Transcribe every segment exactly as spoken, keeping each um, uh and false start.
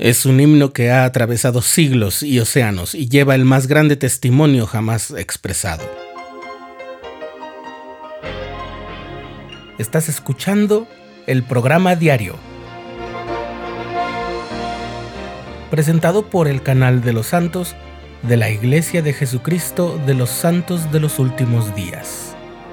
Es un himno que ha atravesado siglos y océanos y lleva el más grande testimonio jamás expresado. Estás escuchando el programa diario, presentado por el Canal de los Santos de la Iglesia de Jesucristo de los Santos de los Últimos Días.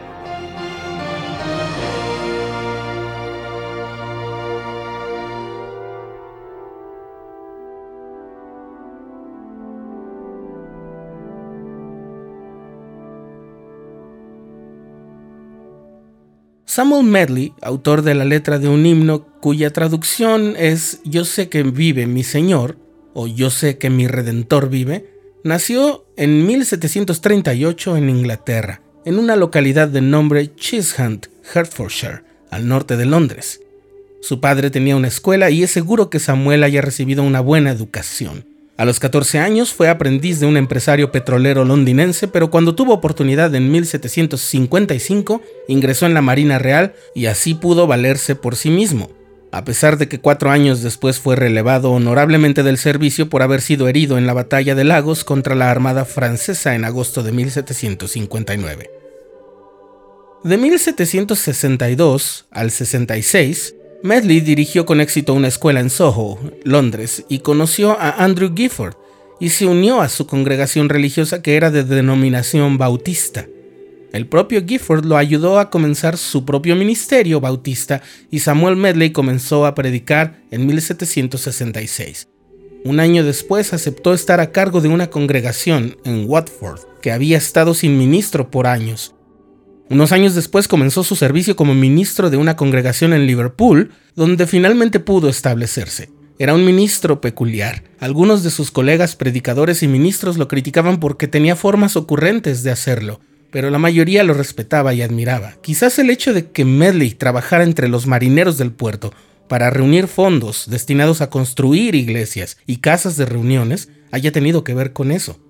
Samuel Medley, autor de la letra de un himno cuya traducción es Yo sé que vive mi Señor, o Yo sé que mi Redentor vive, nació en mil setecientos treinta y ocho en Inglaterra, en una localidad de nombre Chishunt, Hertfordshire, al norte de Londres. Su padre tenía una escuela y es seguro que Samuel haya recibido una buena educación. A los catorce años fue aprendiz de un empresario petrolero londinense, pero cuando tuvo oportunidad en mil setecientos cincuenta y cinco, ingresó en la Marina Real y así pudo valerse por sí mismo, a pesar de que cuatro años después fue relevado honorablemente del servicio por haber sido herido en la batalla de Lagos contra la Armada francesa en agosto de mil setecientos cincuenta y nueve. De mil setecientos sesenta y dos al sesenta y seis, Medley dirigió con éxito una escuela en Soho, Londres, y conoció a Andrew Gifford y se unió a su congregación religiosa que era de denominación bautista. El propio Gifford lo ayudó a comenzar su propio ministerio bautista y Samuel Medley comenzó a predicar en mil setecientos sesenta y seis. Un año después aceptó estar a cargo de una congregación en Watford que había estado sin ministro por años. Unos años después comenzó su servicio como ministro de una congregación en Liverpool, donde finalmente pudo establecerse. Era un ministro peculiar. Algunos de sus colegas predicadores y ministros lo criticaban porque tenía formas ocurrentes de hacerlo, pero la mayoría lo respetaba y admiraba. Quizás el hecho de que Medley trabajara entre los marineros del puerto para reunir fondos destinados a construir iglesias y casas de reuniones haya tenido que ver con eso.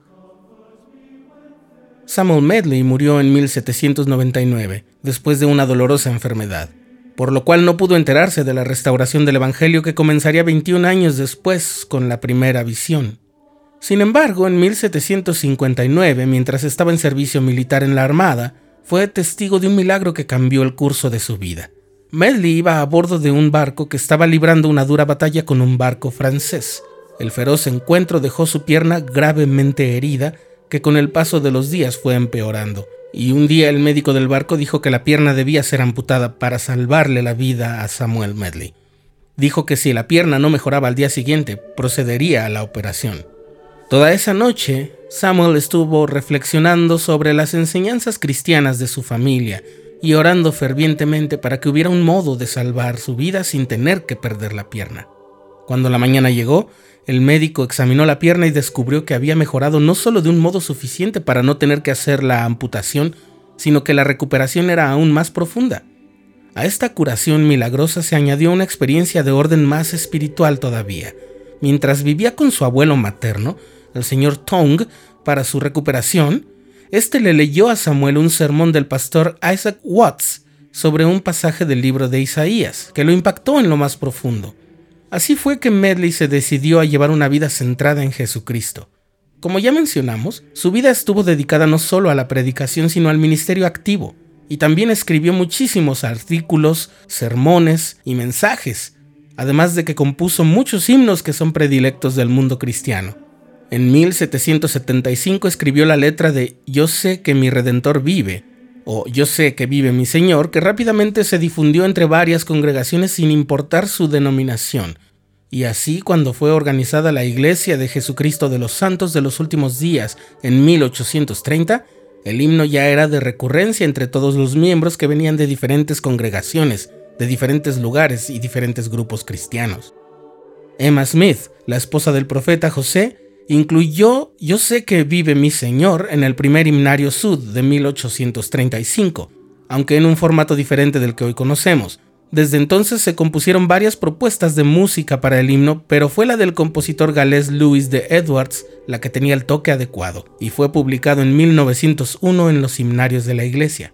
Samuel Medley murió en mil setecientos noventa y nueve, después de una dolorosa enfermedad, por lo cual no pudo enterarse de la restauración del Evangelio que comenzaría veintiún años después con la primera visión. Sin embargo, en mil setecientos cincuenta y nueve, mientras estaba en servicio militar en la Armada, fue testigo de un milagro que cambió el curso de su vida. Medley iba a bordo de un barco que estaba librando una dura batalla con un barco francés. El feroz encuentro dejó su pierna gravemente herida, que con el paso de los días fue empeorando, y un día el médico del barco dijo que la pierna debía ser amputada para salvarle la vida a Samuel Medley. Dijo que si la pierna no mejoraba al día siguiente, procedería a la operación. Toda esa noche, Samuel estuvo reflexionando sobre las enseñanzas cristianas de su familia y orando fervientemente para que hubiera un modo de salvar su vida sin tener que perder la pierna. Cuando la mañana llegó, el médico examinó la pierna y descubrió que había mejorado no solo de un modo suficiente para no tener que hacer la amputación, sino que la recuperación era aún más profunda. A esta curación milagrosa se añadió una experiencia de orden más espiritual todavía. Mientras vivía con su abuelo materno, el señor Tong, para su recuperación, este le leyó a Samuel un sermón del pastor Isaac Watts sobre un pasaje del libro de Isaías, que lo impactó en lo más profundo. Así fue que Medley se decidió a llevar una vida centrada en Jesucristo. Como ya mencionamos, su vida estuvo dedicada no solo a la predicación, sino al ministerio activo, y también escribió muchísimos artículos, sermones y mensajes, además de que compuso muchos himnos que son predilectos del mundo cristiano. En mil setecientos setenta y cinco escribió la letra de Yo sé que mi Redentor vive, o Yo sé que vive mi Señor, que rápidamente se difundió entre varias congregaciones sin importar su denominación. Y así, cuando fue organizada la Iglesia de Jesucristo de los Santos de los Últimos Días en mil ochocientos treinta, el himno ya era de recurrencia entre todos los miembros que venían de diferentes congregaciones, de diferentes lugares y diferentes grupos cristianos. Emma Smith, la esposa del profeta José, incluyó Yo sé que vive mi Señor en el primer himnario Sud de mil ochocientos treinta y cinco, aunque en un formato diferente del que hoy conocemos. Desde entonces se compusieron varias propuestas de música para el himno, pero fue la del compositor galés Louis de Edwards la que tenía el toque adecuado, y fue publicado en mil novecientos uno en los himnarios de la iglesia.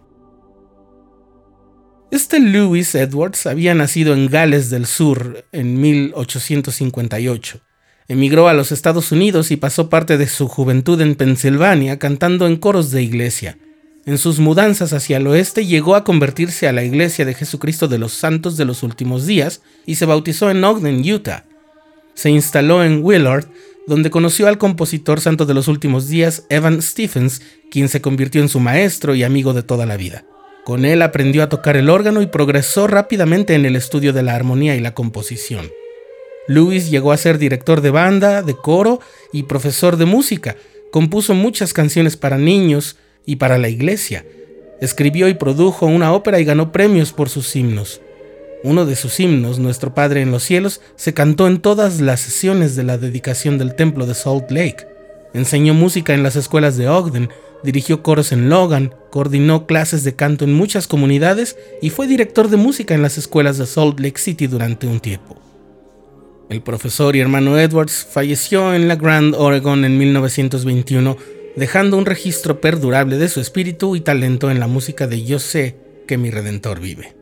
Este Louis Edwards había nacido en Gales del Sur en mil ochocientos cincuenta y ocho. Emigró a los Estados Unidos y pasó parte de su juventud en Pensilvania cantando en coros de iglesia. En sus mudanzas hacia el oeste llegó a convertirse a la Iglesia de Jesucristo de los Santos de los Últimos Días y se bautizó en Ogden, Utah. Se instaló en Willard, donde conoció al compositor santo de los últimos días, Evan Stephens, quien se convirtió en su maestro y amigo de toda la vida. Con él aprendió a tocar el órgano y progresó rápidamente en el estudio de la armonía y la composición. Lewis llegó a ser director de banda, de coro y profesor de música. Compuso muchas canciones para niños y para la iglesia. Escribió y produjo una ópera y ganó premios por sus himnos. Uno de sus himnos, Nuestro Padre en los Cielos, se cantó en todas las sesiones de la dedicación del templo de Salt Lake. Enseñó música en las escuelas de Ogden, dirigió coros en Logan, coordinó clases de canto en muchas comunidades y fue director de música en las escuelas de Salt Lake City durante un tiempo. El profesor y hermano Edwards falleció en La Grande, Oregon en mil novecientos veintiuno, dejando un registro perdurable de su espíritu y talento en la música de Yo sé que mi Redentor vive.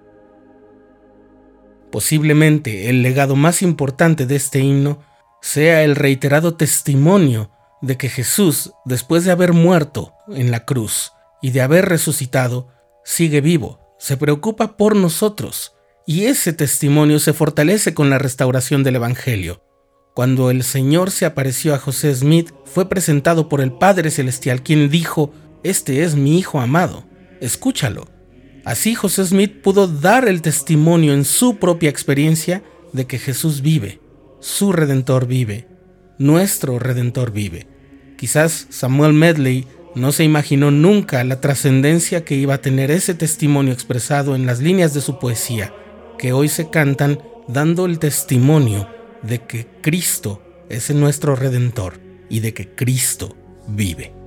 Posiblemente el legado más importante de este himno sea el reiterado testimonio de que Jesús, después de haber muerto en la cruz y de haber resucitado, sigue vivo, se preocupa por nosotros. Y ese testimonio se fortalece con la restauración del Evangelio. Cuando el Señor se apareció a José Smith, fue presentado por el Padre Celestial, quien dijo: «Este es mi Hijo amado, escúchalo». Así José Smith pudo dar el testimonio en su propia experiencia de que Jesús vive, su Redentor vive, nuestro Redentor vive. Quizás Samuel Medley no se imaginó nunca la trascendencia que iba a tener ese testimonio expresado en las líneas de su poesía, que hoy se cantan dando el testimonio de que Cristo es nuestro Redentor y de que Cristo vive.